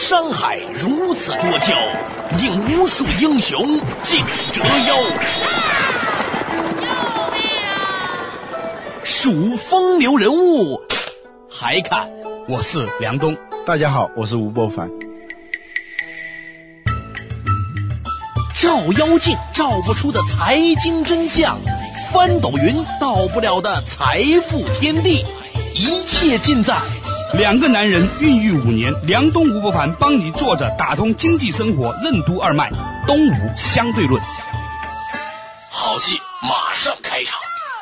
山海如此多娇，引无数英雄竞折腰。数风流人物，还看我是梁冬。 大家好，我是吴伯凡。 照妖镜照不出的财经真相，翻斗云到不了的财富天地，一切尽在两个男人孕育5年，梁冬吴伯凡帮你坐着打通经济生活任督二脉，东吴相对论。 好戏马上开场。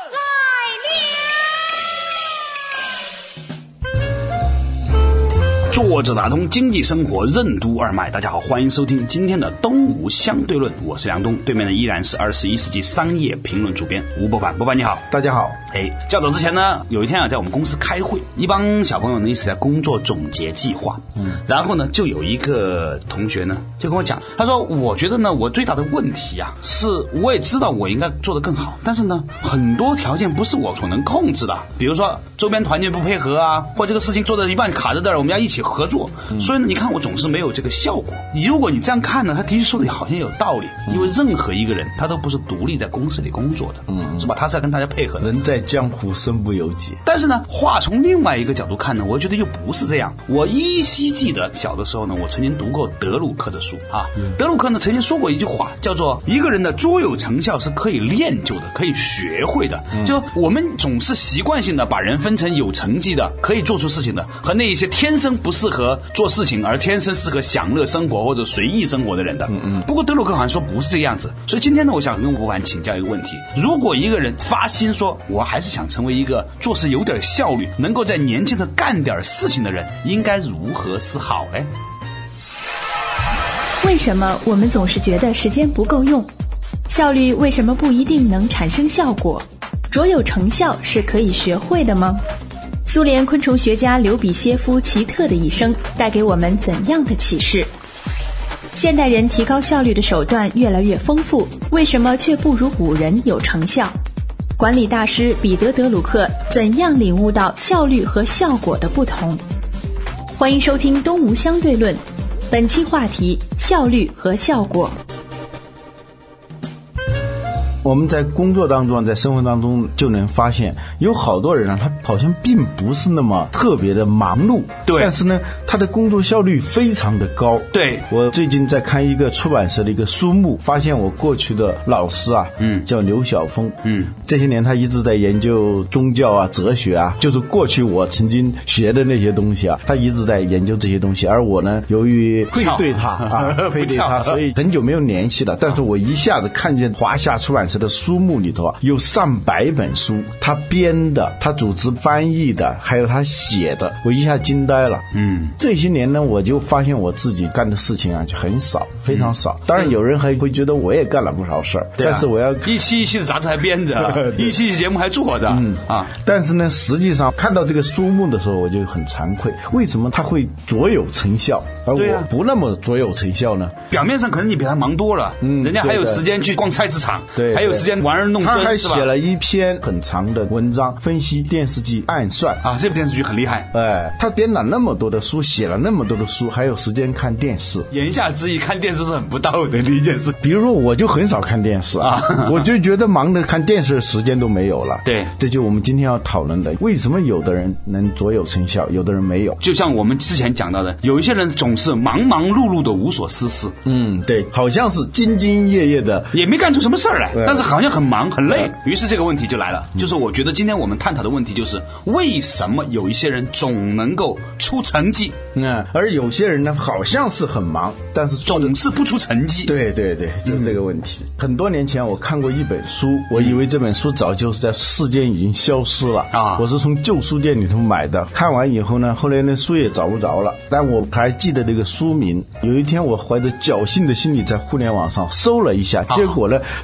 坐着打通经济生活任督二脉，大家好，欢迎收听今天的东吴相对论，我是梁冬，对面的依然是21世纪商业评论主编吴伯凡。伯凡你好。 大家好。 较早之前呢，有一天在我们公司开会，一帮小朋友呢一起在工作总结计划，然后呢就有一个同学呢就跟我讲，他说我觉得呢我最大的问题啊是我也知道我应该做得更好，但是呢很多条件不是我所能控制的，比如说周边团队不配合啊，或者这个事情做到一半卡在这儿，我们要一起合作，所以呢你看我总是没有这个效果。如果你这样看呢，他的确说的好像有道理，因为任何一个人他都不是独立在公司里工作的，是吧？他是要跟大家配合的。 人在江湖身不由己。 但是呢话从另外一个角度看呢，我觉得又不是这样。我依稀记得小的时候呢，我曾经读过德鲁克的书啊。德鲁克呢曾经说过一句话，叫做一个人的卓有成效是可以练就的，可以学会的。就我们总是习惯性的把人分成有成绩的可以做出事情的，和那一些天生不适合做事情而天生适合享乐生活或者随意生活的人的。不过德鲁克好像说不是这个样子。所以今天呢，我想跟吴伯凡请教一个问题，如果一个人发心说我还是想成为一个做事有点效率，能够在年轻的干点事情的人，应该如何是好呢？ 为什么我们总是觉得时间不够用？效率为什么不一定能产生效果？卓有成效是可以学会的吗？苏联昆虫学家刘比歇夫奇特的一生带给我们怎样的启示？现代人提高效率的手段越来越丰富，为什么却不如古人有成效？管理大师彼得·德鲁克怎样领悟到效率和效果的不同？欢迎收听东吴相对论，本期话题：效率和效果。 我们在工作当中，在生活当中就能发现，有好多人他好像并不是那么特别的忙碌， 对， 但是呢他的工作效率非常的高。 对， 我最近在看一个出版社的一个书目，发现我过去的老师啊，叫刘晓峰，这些年他一直在研究宗教啊、哲学啊，就是过去我曾经学的那些东西啊，他一直在研究这些东西，而我呢，由于配对他，所以很久没有联系了。但是我一下子看见华夏出版社的书目里头啊，有上百本书，他编的，他组织翻译的，还有他写的，我一下惊呆了。这些年呢，我就发现我自己干的事情啊就很少，非常少。当然有人还会觉得我也干了不少事儿，但是我要一期一期的杂志还编着，一期节目还做着， 但是呢，实际上看到这个书目的时候，我就很惭愧，为什么他会卓有成效，而我不那么卓有成效呢？ 表面上可能你比他忙多了，人家还有时间去逛菜市场，对，还有时间玩儿弄孙， 他还写了一篇很长的文章分析电视剧《暗算》 啊，这部电视剧很厉害。 他编了那么多的书，写了那么多的书，还有时间看电视。 言下之意，看电视是很不道德的一件事。 比如说，我就很少看电视啊，我就觉得忙的看电视的时间都没有了。 对， 这就我们今天要讨论的，为什么有的人能卓有成效，有的人没有？ 就像我们之前讲到的，有一些人总是忙忙碌碌的无所事事。 对，好像是兢兢业业的， 也没干出什么事儿来，但是好像很忙很累。于是这个问题就来了，就是我觉得今天我们探讨的问题就是为什么有一些人总能够出成绩， 而有些人呢好像是很忙，但是总是不出成绩。 对，就是这个问题。很多年前我看过一本书，我以为这本书早就是在世间已经消失了啊，我是从旧书店里头买的。看完以后呢，后来那书也找不着了，但我还记得这个书名。有一天我怀着侥幸的心理在互联网上搜了一下，结果呢这本书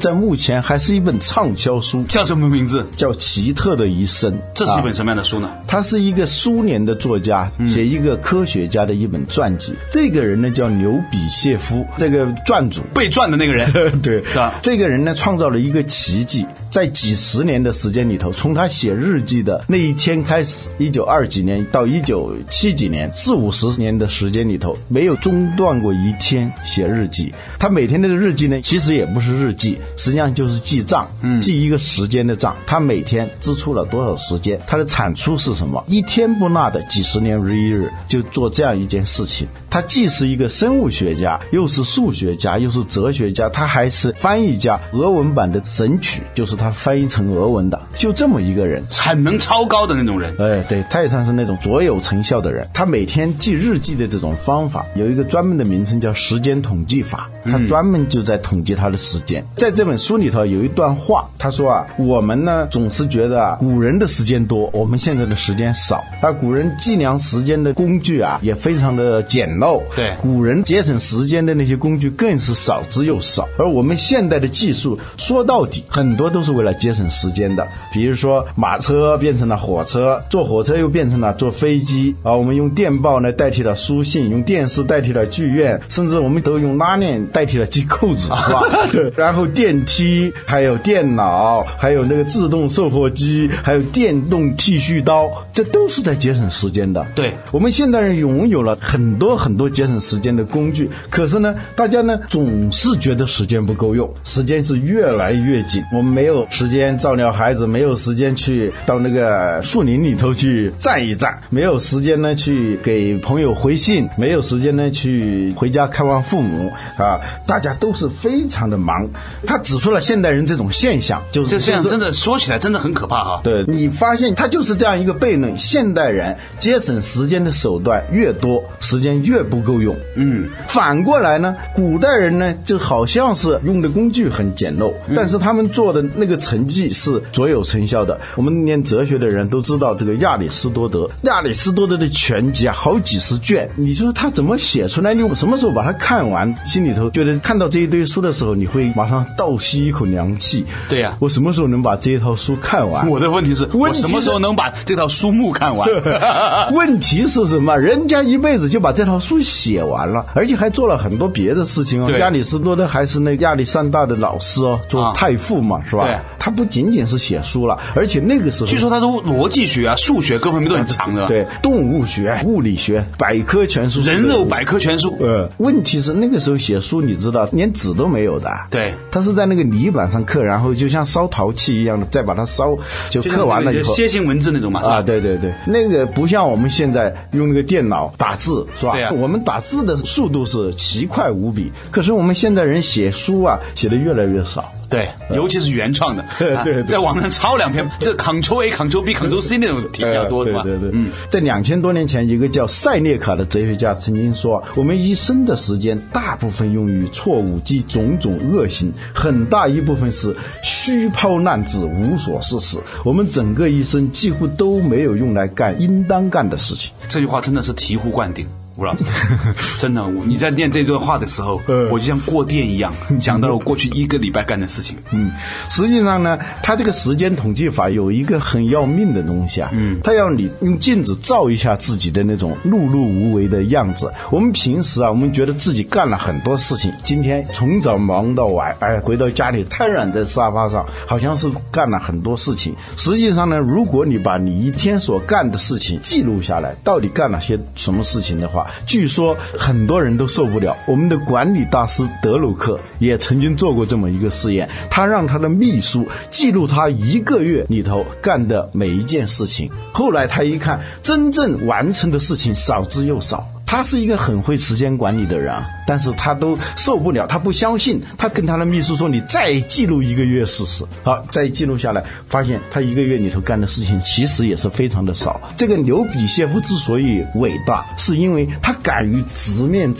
在目前还是一本畅销书， 叫什么名字？ 叫《奇特的一生》。 这是一本什么样的书呢？ 他是一个苏联的作家，写一个科学家的一本传记。这个人呢叫刘比谢夫，这个传主被传的那个人。 对，这个人呢创造了一个奇迹，在几十年的时间里头，从他写日记的那一天开始，1920几年到1970几年，40-50年的时间里头，没有中断过一天写日记。他每天的日记呢，其实也不是日记，实际上就是记账，记一个时间的账。他每天支出了多少时间，他的产出是什么，一天不落的几十年如一日，就做这样一件事情。他既是一个生物学家，又是数学家，又是哲学家，他还是翻译家。俄文版的《神曲》就是他翻译成俄文的，就这么一个人， 产能超高的那种人。 对，他也算是那种卓有成效的人。他每天记日记的这种方法有一个专门的名称叫时间统计法，他专门就在统计他的时间。在这本书里头有一段话，他说啊，我们呢总是觉得古人的时间多，我们现在的时间少。古人计量时间的工具啊也非常的简陋， 对， 古人节省时间的那些工具更是少之又少。而我们现代的技术说到底很多都是为了节省时间的，比如说马车变成了火车，坐火车又变成了坐飞机啊，我们用电报呢代替了书信，用电视代替了剧院，甚至我们都用拉链代替了系扣子，是吧？对，然后电梯，还有电脑，还有那个自动售货机，还有电动剃须刀，这都是在节省时间的。 对， 我们现代人拥有了很多很多节省时间的工具，可是呢，大家呢总是觉得时间不够用，时间是越来越紧，我们没有时间照料孩子，没有时间去到那个树林里头去站一站，没有时间呢去给朋友回信，没有时间呢去回家看望父母啊，大家都是非常的忙。他指出了现代人这种现象，就是这样真的说起来真的很可怕哈。 对，你发现他就是这样一个悖论，现代人节省时间的手段越多，时间越不够用。反过来呢，古代人呢就好像是用的工具很简陋，但是他们做的那个成绩是卓有成效的。我们念哲学的人都知道这个亚里士多德的全集啊，好几十卷，你说他怎么写出来？你什么时候把它看完，心里头觉得看到这一堆书的时候，你会马上倒吸一口凉气。 对呀， 我什么时候能把这一套书看完？ 我的问题是我什么时候能把这套书目看完？ 问题是什么？人家一辈子就把这套书写完了，而且还做了很多别的事情哦。亚里士多德还是那亚历山大的老师哦，做太傅嘛，是吧？对，他不仅仅是写书了，而且那个时候据说他的逻辑学啊、数学各方面都很强的。 对，动物学、物理学、百科全书、 人肉百科全书。 问题是那个时候写书，你知道连纸都没有的。 对， 他是在那个泥板上刻，然后就像烧陶器一样的，再把它烧，就刻完了以后， 楔形文字那种嘛。 啊，对，那个不像我们现在用那个电脑打字，是吧？ 对啊， 我们打字的速度是奇快无比，可是我们现在人写书啊，写的越来越少。 对，尤其是原创的，对，在网上抄两篇，这 Ctrl+A、Ctrl+B、Ctrl+C 那种题比较多， 对，在2000多年前，一个叫塞涅卡的哲学家曾经说，我们一生的时间大部分用于错误及种种恶行，很大一部分是虚抛烂掷、无所事事。我们整个一生几乎都没有用来干应当干的事情。 这句话真的是醍醐灌顶。吴老师，真的，你在念这段话的时候，我就像过电一样，想到了我过去1个礼拜干的事情。 实际上呢，他这个时间统计法有一个很要命的东西啊，他要你用镜子照一下自己的那种碌碌无为的样子。我们平时啊，我们觉得自己干了很多事情，今天从早忙到晚，回到家里瘫软在沙发上，好像是干了很多事情。实际上呢，如果你把你一天所干的事情记录下来，到底干了些什么事情的话，据说很多人都受不了。我们的管理大师德鲁克也曾经做过这么一个试验，他让他的秘书记录他1个月里头干的每一件事情。后来他一看，真正完成的事情少之又少。他是一个很会时间管理的人，但是他都受不了，他不相信，他跟他的秘书说，你再记录1个月试试。好，再记录下来，发现他1个月里头干的事情其实也是非常的少。这个刘比谢夫之所以伟大，是因为他敢于直面自己，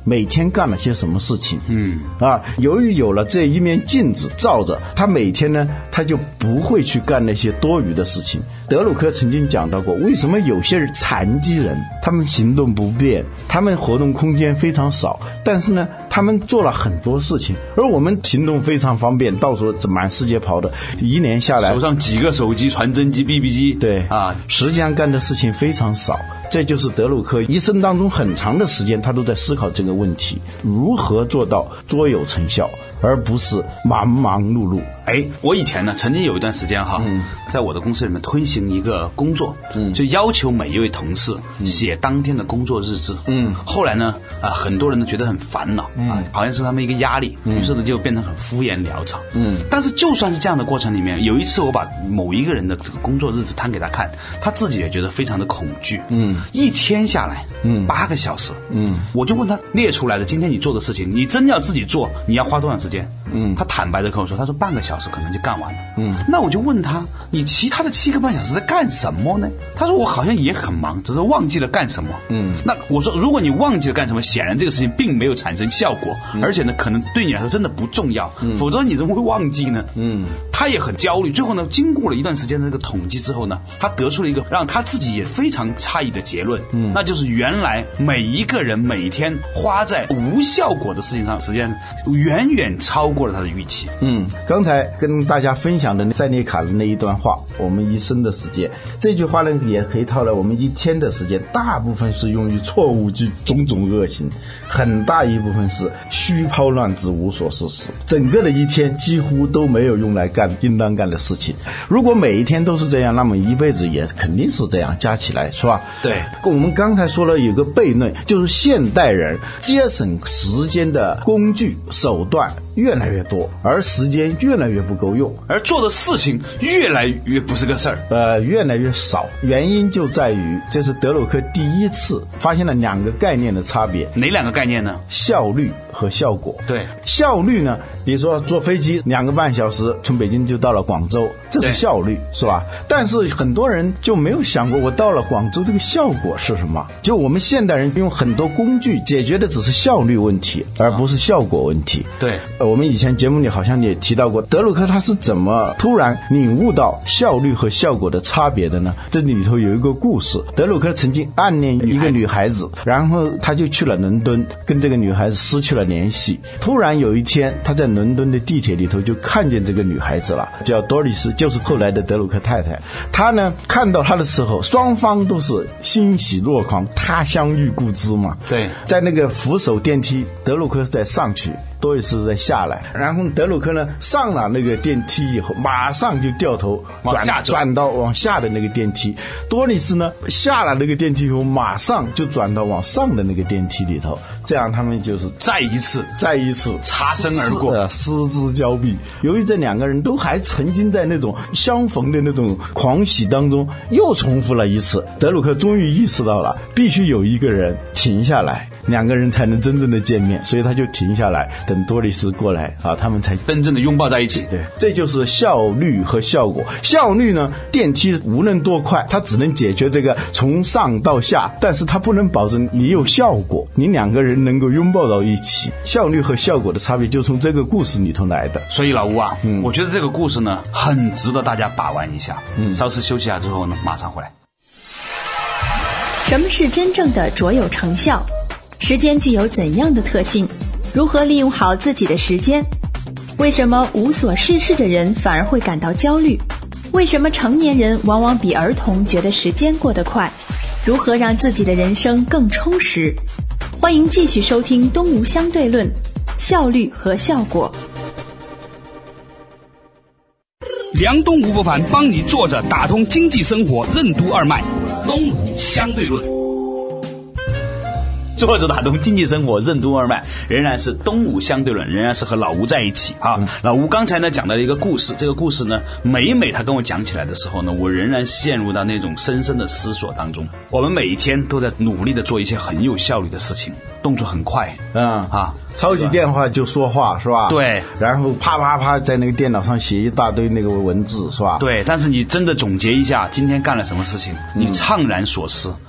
每天干了些什么事情。由于有了这一面镜子照着他，每天呢他就不会去干那些多余的事情。德鲁克曾经讲到过，为什么有些残疾人他们行动不便，他们活动空间非常少，但是呢他们做了很多事情，而我们行动非常方便，到处满世界跑的，一年下来手上几个手机、传真机、BB 机， 对啊，实际上干的事情非常少。这就是德鲁克一生当中很长的时间他都在思考这个问题，如何做到卓有成效，而不是忙忙碌碌。 我以前呢曾经有一段时间在我的公司里面推行一个工作，就要求每一位同事写当天的工作日志。后来呢很多人都觉得很烦恼，好像是他们一个压力，于是呢就变成很敷衍潦草。但是就算是这样的过程里面，有一次我把某一个人的这个工作日志摊给他看，他自己也觉得非常的恐惧。一天下来8个小时，我就问他列出来的今天你做的事情，你真要自己做你要花多长时间？他坦白的跟我说，他说半个小时可能就干完了。那我就问他，你其他的7个半小时在干什么呢？他说我好像也很忙，只是忘记了干什么。那我说如果你忘记了干什么，显然这个事情并没有产生效果，而且呢可能对你来说真的不重要，否则你怎么会忘记呢？他也很焦虑。最后呢经过了一段时间的这个统计之后呢，他得出了一个让他自己也非常诧异的结论，那就是原来每一个人每天花在无效果的事情上时间远远超过了他的预期。 刚才跟大家分享的塞内卡的那一段话，我们一生的时间，这句话呢也可以套了我们一天的时间，大部分是用于错误及种种恶行，很大一部分是虚抛乱掷无所事事，整个的一天几乎都没有用来干应当干的事情。如果每一天都是这样，那么一辈子也肯定是这样，加起来是吧？ 对， 我们刚才说了有个悖论，就是现代人节省时间的工具手段越来越多，而时间越来越不够用， 而做的事情越来越不是个事儿， 越来越少。原因就在于这是德鲁克第一次发现了2个概念的差别。 哪2个概念呢？ 效率和效果。 对， 效率呢，比如说坐飞机2个半小时从北京就到了广州，这是效率，是吧？但是很多人就没有想过我到了广州这个效果是什么。就我们现代人用很多工具解决的只是效率问题，而不是效果问题。 对， 我们以前节目里好像也提到过，德鲁克他是怎么突然领悟到效率和效果的差别的呢？这里头有一个故事，德鲁克曾经暗恋一个女孩子，然后他就去了伦敦，跟这个女孩子失去了联系。突然有一天他在伦敦的地铁里头就看见这个女孩子了，叫多丽丝，就是后来的德鲁克太太。他呢看到她的时候，双方都是欣喜若狂，他乡遇故知嘛。 对，在那个扶手电梯，德鲁克在上去，多丽丝在下来，然后德鲁克呢上了那个电梯以后，马上就掉头转到往下的那个电梯。多丽丝呢下了那个电梯以后，马上就转到往上的那个电梯里头，这样他们就是再一次擦身而过， 失之交臂。由于这2个人都还曾经在那种相逢的那种狂喜当中又重复了一次，德鲁克终于意识到了必须有一个人停下来，2个人才能真正的见面，所以他就停下来等多丽丝过来啊，他们才真正的拥抱在一起。 对，这就是效率和效果。效率呢，电梯无论多快，它只能解决这个从上到下，但是它不能保证你有效果，你2个人能够拥抱到一起。效率和效果的差别就从这个故事里头来的。 所以老吴啊，我觉得这个故事呢很值得大家把玩一下。稍事休息一下之后呢，马上回来。 什么是真正的卓有成效？时间具有怎样的特性？如何利用好自己的时间？为什么无所事事的人反而会感到焦虑？为什么成年人往往比儿童觉得时间过得快？如何让自己的人生更充实？欢迎继续收听东吴相对论，效率和效果。 梁东吴不凡帮你坐着打通经济生活任督二脉，东吴相对论。 作者打通经济生活任督二脉，仍然是东吴相对论，仍然是和老吴在一起啊。老吴刚才呢讲到了一个故事，这个故事呢每他跟我讲起来的时候呢，我仍然陷入到那种深深的思索当中。我们每一天都在努力的做一些很有效率的事情，动作很快， 抄起电话就说话是吧？ 对， 然后啪啪啪在那个电脑上写一大堆那个文字是吧？ 对，但是你真的总结一下今天干了什么事情，你怅然所思。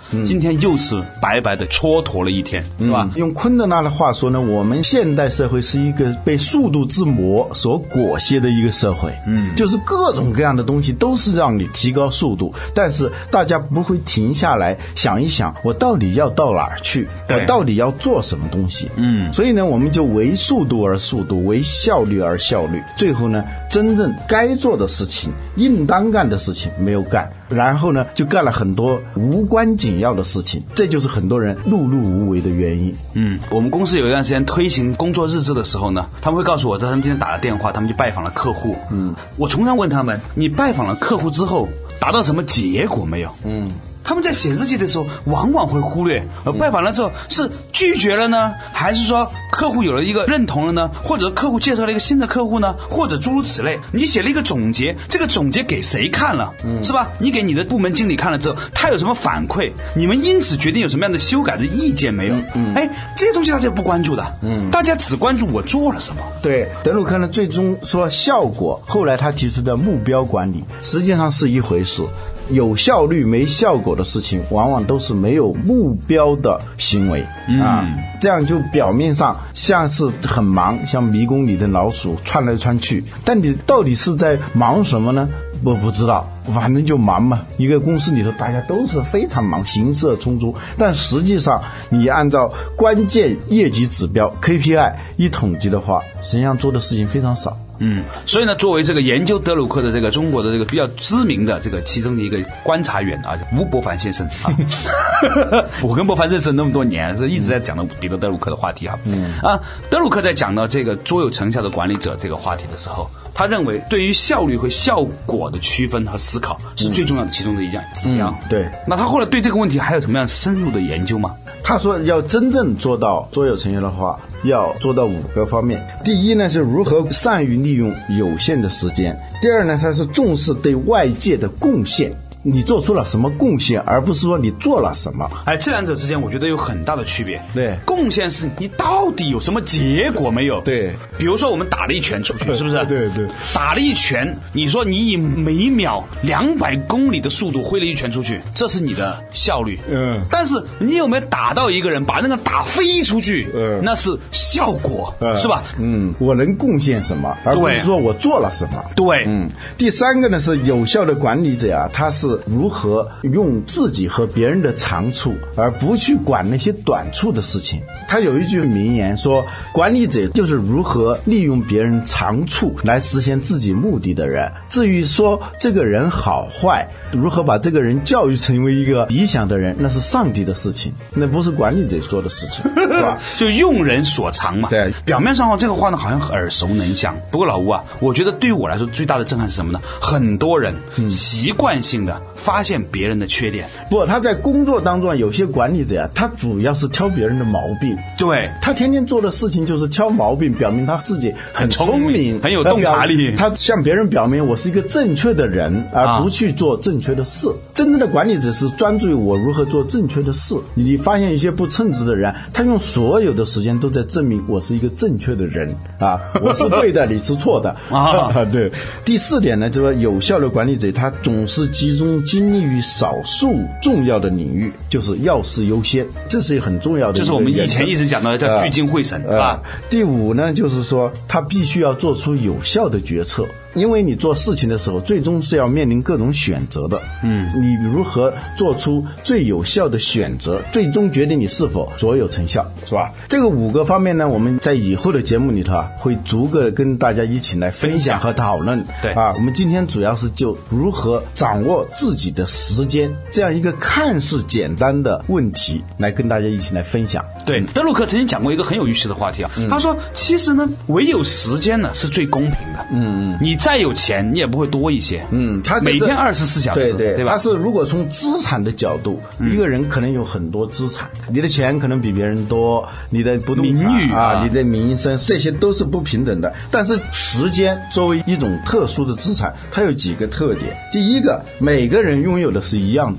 今天又是白白的蹉跎了一天，是吧？ 用昆德拉的话说呢，我们现代社会是一个被速度之魔所裹挟的一个社会，就是各种各样的东西都是让你提高速度，但是大家不会停下来想一想，我到底要到哪儿去，我到底要做什么东西。所以呢，我们就为速度而速度，为效率而效率，最后呢，真正该做的事情，应当干的事情没有干，然后呢，就干了很多无关紧要的事情，这就是很多人碌碌无为的原因。 我们公司有一段时间推行工作日志的时候呢，他们会告诉我，他们今天打了电话，他们去拜访了客户。我常常问他们，你拜访了客户之后达到什么结果没有？他们在写日记的时候往往会忽略，拜访了之后是拒绝了呢，还是说客户有了一个认同了呢，或者客户介绍了一个新的客户呢，或者诸如此类。你写了一个总结，这个总结给谁看了，是吧？你给你的部门经理看了之后，他有什么反馈？你们因此决定有什么样的修改的意见没有？这些东西大家不关注的，大家只关注我做了什么。 对，德鲁克呢最终说效果，后来他提出的目标管理实际上是一回事。有效率没效果的事情，往往都是没有目标的行为这样就表面上像是很忙，像迷宫里的老鼠窜来窜去，但你到底是在忙什么呢？我不知道，反正就忙嘛。一个公司里头大家都是非常忙，行色匆匆，但实际上你按照关键业绩指标 KPI 一统计的话，实际上做的事情非常少。 所以呢，作为这个研究德鲁克的这个中国的这个比较知名的这个其中的一个观察员吴伯凡先生我跟伯凡认识那么多年，是一直在讲的彼得德鲁克的话题德鲁克在讲到这个卓有成效的管理者这个话题的时候，他认为对于效率和效果的区分和思考是最重要的其中的一项指标。 对。 那他后来对这个问题还有什么样深入的研究吗？ 他说要真正做到卓有成效的话，要做到5个方面。第一呢，是如何善于利用有限的时间。第二呢，他是重视对外界的贡献，你做出了什么贡献，而不是说你做了什么。 这两者之间我觉得有很大的区别。 对， 贡献是你到底有什么结果没有？ 对， 比如说我们打了一拳出去，是不是？ 对， 打了一拳，你说你以每秒200公里的速度挥了一拳出去，这是你的效率。但是你有没有打到一个人，把那个打飞出去？那是效果，是吧？ 我能贡献什么，而不是说我做了什么。 对。 第三个呢，是有效的管理者他是如何用自己和别人的长处，而不去管那些短处的事情。他有一句名言说，管理者就是如何利用别人长处来实现自己目的的人。至于说这个人好坏，如何把这个人教育成为一个理想的人，那是上帝的事情，那不是管理者做的事情，是吧？ 就用人所长嘛。 对， 表面上这个话呢好像耳熟能详，不过老吴我觉得对于我来说最大的震撼是什么呢？很多人习惯性的发现别人的缺点。 不，他在工作当中有些管理者他主要是挑别人的毛病。 对， 他天天做的事情就是挑毛病，表明他自己很聪明， 很有洞察力。 他向别人表明我是一个正确的人，而不去做正确的事。真正的管理者是专注于我如何做正确的事。你发现一些不称职的人，他用所有的时间都在证明我是一个正确的人我是对的，你是错的对。第4点呢，就是有效的管理者他总是集中精力于少数重要的领域，就是要事优先，这是很重要的一个原则。这是我们以前一直讲的叫聚精会神第5呢，就是说他必须要做出有效的决策。因为你做事情的时候最终是要面临各种选择的你如何做出最有效的选择，最终决定你是否卓有成效，是吧？这个5个方面呢，我们在以后的节目里头会逐个跟大家一起来分享和讨论。 对我们今天主要是就如何掌握自己的时间这样一个看似简单的问题来跟大家一起来分享。 对，德鲁克曾经讲过一个很有意思的话题他说其实呢，唯有时间呢是最公平的。你再有钱你也不会多一些。 他每天24小时，对吧？ 他是如果从资产的角度，一个人可能有很多资产，你的钱可能比别人多，你的不动产名誉你的名声，这些都是不平等的。但是时间作为一种特殊的资产，它有几个特点。第一个，每个人拥有的是一样多的。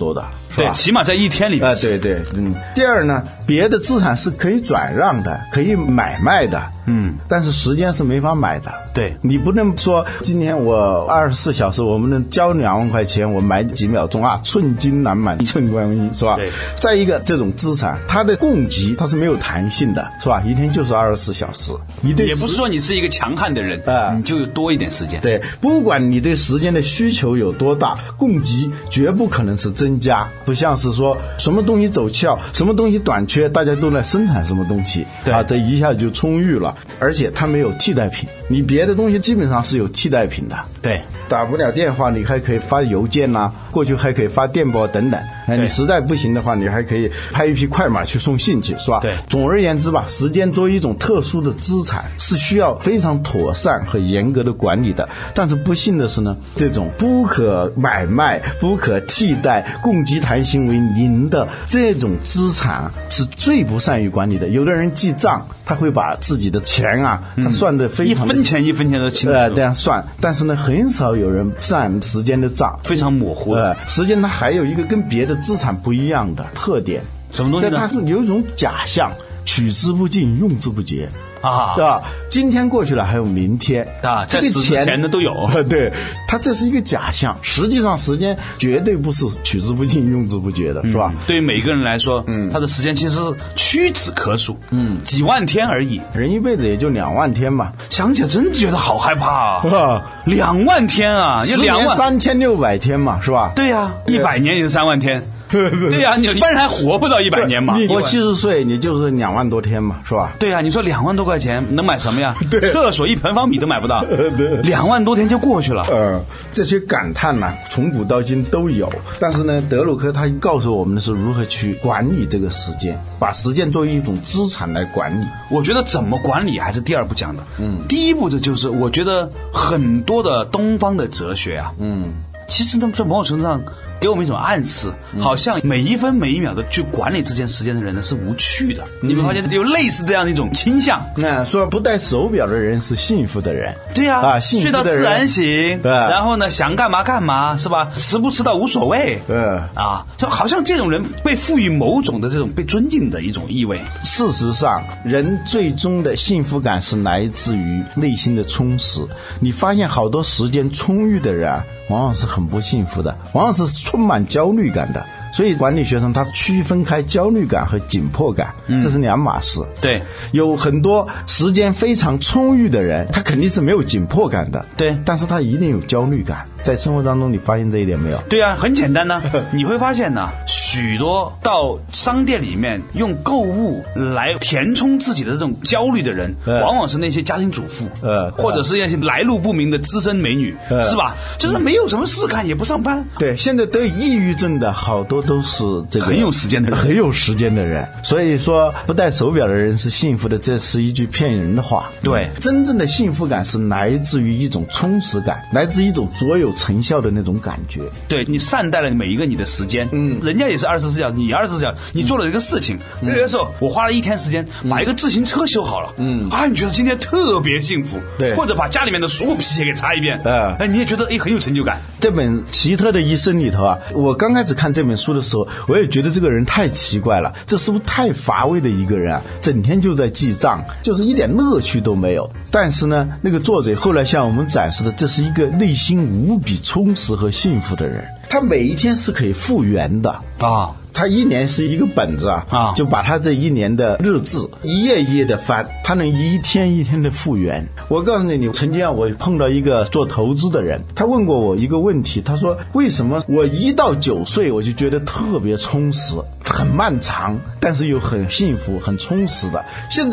对，起码在一天里面。 对对，第二呢，别的资产是可以转让的，可以买卖的，但是时间是没法买的。 对， 你不能说今天我24小时我们能交2万块钱，我买几秒钟啊，寸金难买寸光阴，是吧？ 对。 再一个，这种资产它的供给它是没有弹性的，是吧？一天就是24小时， 也不是说你是一个强悍的人你就多一点时间。 对，不管你对时间的需求有多大，供给绝不可能是增加，不像是说什么东西走俏，什么东西短缺，大家都来生产什么东西，这一下就充裕了，而且它没有替代品，你别的东西基本上是有替代品的。 对， 打不了电话，你还可以发邮件啊，过去还可以发电报等等。你实在不行的话，你还可以拍一匹快马去送信去，是吧？ 对。 总而言之吧，时间作为一种特殊的资产，是需要非常妥善和严格的管理的。但是不幸的是呢，这种不可买卖、不可替代、供给弹性为零的这种资产是最不善于管理的。有的人记账，他会把自己的钱啊，他算得非常一分钱一分钱都清楚， 这样算。但是呢，很少有人算时间的账， 非常模糊。 时间它还有一个跟别的资产不一样的特点， 什么东西呢？ 它有一种假象，取之不尽，用之不竭。是吧？今天过去了，还有明天这个钱的都有。 对，它这是一个假象，实际上时间绝对不是取之不尽、用之不竭的，是吧？ 对于每个人来说，他的时间其实屈指可数，几万天而已。 人一辈子也就2万天嘛， 想起来真觉得好害怕啊！2万天啊，有2万 3600天嘛，是吧？ 对呀，100年也是3万天。对呀，你一般人还活不到100年嘛。 我70岁，你就是2万多天嘛，是吧？ 对呀，你说2万多块钱能买什么呀？ 对， 厕所1平方米都买不到，2万多天就过去了。 这些感叹呢，从古到今都有。但是呢，德鲁克他告诉我们的是如何去管理这个时间，把时间作为一种资产来管理。 我觉得怎么管理还是第二步讲的。第一步的就是我觉得很多的东方的哲学啊，其实呢，在某种程度上给我们一种暗示，好像每一分每一秒的去管理这件时间的人呢是无趣的。你会发现有类似这样的一种倾向。 说不戴手表的人是幸福的人。 对呀， 幸福睡到自然醒，然后呢想干嘛干嘛，是吧？迟不迟到无所谓。就好像这种人被赋予某种的这种被尊敬的一种意味。 事实上，人最终的幸福感是来自于内心的充实。你发现好多时间充裕的人往往是很不幸福的，往往是充满焦虑感的。所以管理学上它区分开焦虑感和紧迫感，这是两码事。 对， 有很多时间非常充裕的人，他肯定是没有紧迫感的。 对， 但是他一定有焦虑感。在生活当中你发现这一点没有？ 对啊，很简单呢。你会发现呢，许多到商店里面用购物来填充自己的这种焦虑的人，往往是那些家庭主妇，或者是那些来路不明的资深美女，是吧？就是没有什么事干，也不上班。 对，现在得抑郁症的好多都是这个很有时间的人， 很有时间的人。所以说不戴手表的人是幸福的，这是一句骗人的话。 对， 真正的幸福感是来自于一种充实感，来自一种卓有成效的那种感觉。 对，你善待了每一个你的时间，人家也是24小时，你24小时，你做了一个事情，有的时候我花了1天时间把一个自行车修好了，你觉得今天特别幸福， 对， 或者把家里面的所有皮鞋给擦一遍，你也觉得很有成就感。 这本奇特的一生里头我刚开始看这本书的时候，我也觉得这个人太奇怪了，这是不是太乏味的一个人整天就在记账，就是一点乐趣都没有。但是呢，那个作者后来向我们展示的，这是一个内心无比充实和幸福的人，他每一天是可以复原的他一年是一个本子就把他这一年的日志一页一页的翻，他能一天一天的复原。我告诉你，曾经我碰到一个做投资的人，他问过我一个问题，他说为什么我1到9岁我就觉得特别充实，很漫长，但是又很幸福很充实的，现在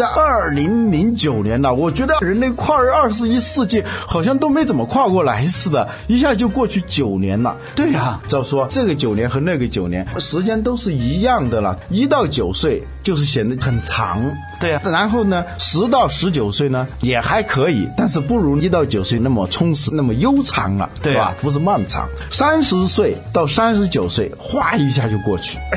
2009年了，我觉得人类跨越21世纪好像都没怎么跨过来似的，一下就过去9年了。 对呀， 照说这个9年和那个9年时间都是一样的了，1到9岁就是显得很长。 对呀， 然后呢10到19岁呢也还可以，但是不如1到9岁那么充实那么悠长了，对吧？不是漫长。30岁到39岁哗一下就过去，甚至是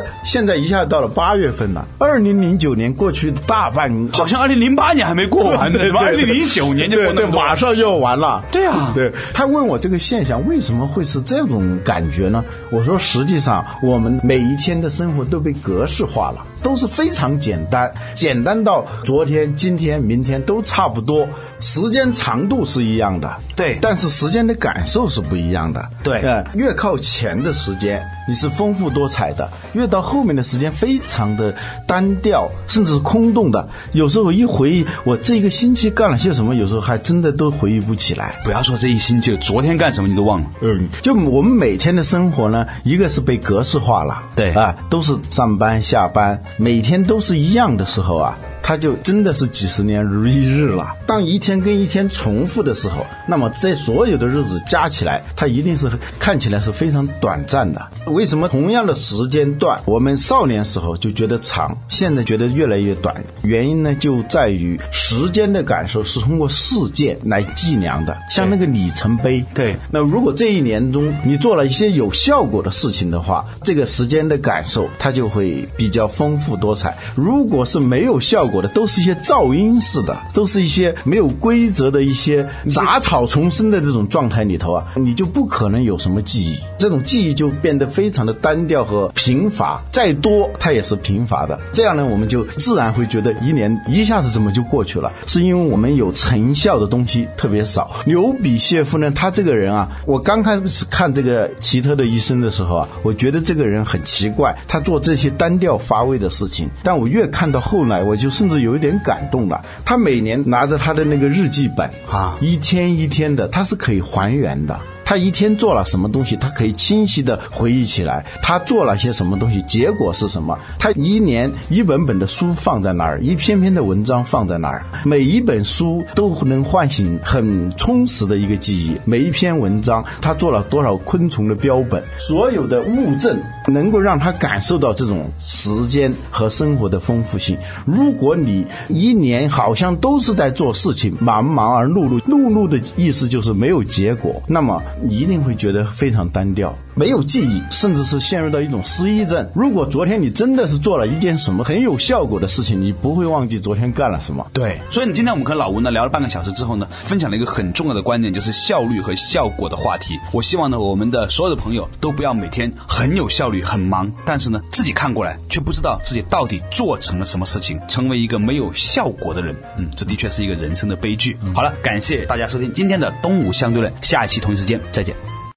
现在一下到了8月份了，2009年过去大半， 好像2008年还没过完呢，2009年就过对，马上就要完了。 对啊， 对。他问我这个现象为什么会是这种感觉呢？我说实际上我们每一天的生活都被格式化了，都是非常简单到昨天、今天、明天都差不多，时间长度是一样的， 对， 但是时间的感受是不一样的。 对， 越靠前的时间你是丰富多彩的，越到后面的时间非常的单调，甚至是空洞的。有时候一回忆我这个星期干了些什么，有时候还真的都回忆不起来。 不要说这一星期，昨天干什么你都忘了。 就我们每天的生活呢，一个是被格式化了， 对都是上班下班，每天都是一样的时候啊，它就真的是几十年如一日了。当一天跟一天重复的时候，那么这所有的日子加起来，它一定是看起来是非常短暂的。为什么同样的时间段，我们少年时候就觉得长，现在觉得越来越短？原因呢，就在于时间的感受是通过事件来计量的，像那个里程碑。 对， 那如果这一年中你做了一些有效果的事情的话，这个时间的感受它就会比较丰富多彩。如果是没有效果的，都是一些噪音式的，都是一些没有规则的一些杂草丛生的这种状态里头啊，你就不可能有什么记忆，这种记忆就变得非常的单调和贫乏，再多它也是贫乏的。这样呢，我们就自然会觉得一年一下子怎么就过去了，是因为我们有成效的东西特别少。刘比谢夫呢，他这个人啊，我刚开始看这个奇特的一生的时候啊，我觉得这个人很奇怪，他做这些单调乏味的事情，但我越看到后来，我就甚至有一点感动了。他每年拿着他的那个日记本一天一天的，他是可以还原的。他一天做了什么东西，他可以清晰的回忆起来，他做了些什么东西，结果是什么。他一年一本本的书放在那儿，一篇篇的文章放在那儿，每一本书都能唤醒很充实的一个记忆。每一篇文章他做了多少昆虫的标本，所有的物证能够让他感受到这种时间和生活的丰富性。如果你一年好像都是在做事情，忙而碌碌的意思就是没有结果，那么你一定会觉得非常单调，没有记忆，甚至是陷入到一种失忆症。如果昨天你真的是做了一件什么很有效果的事情，你不会忘记昨天干了什么。 对，所以今天我们和老吴呢聊了半个小时之后呢，分享了一个很重要的观点，就是效率和效果的话题。我希望呢，我们的所有的朋友都不要每天很有效率很忙，但是呢自己看过来却不知道自己到底做成了什么事情，成为一个没有效果的人。这的确是一个人生的悲剧。好了，感谢大家收听今天的东吴相对论，下一期同一时间再见。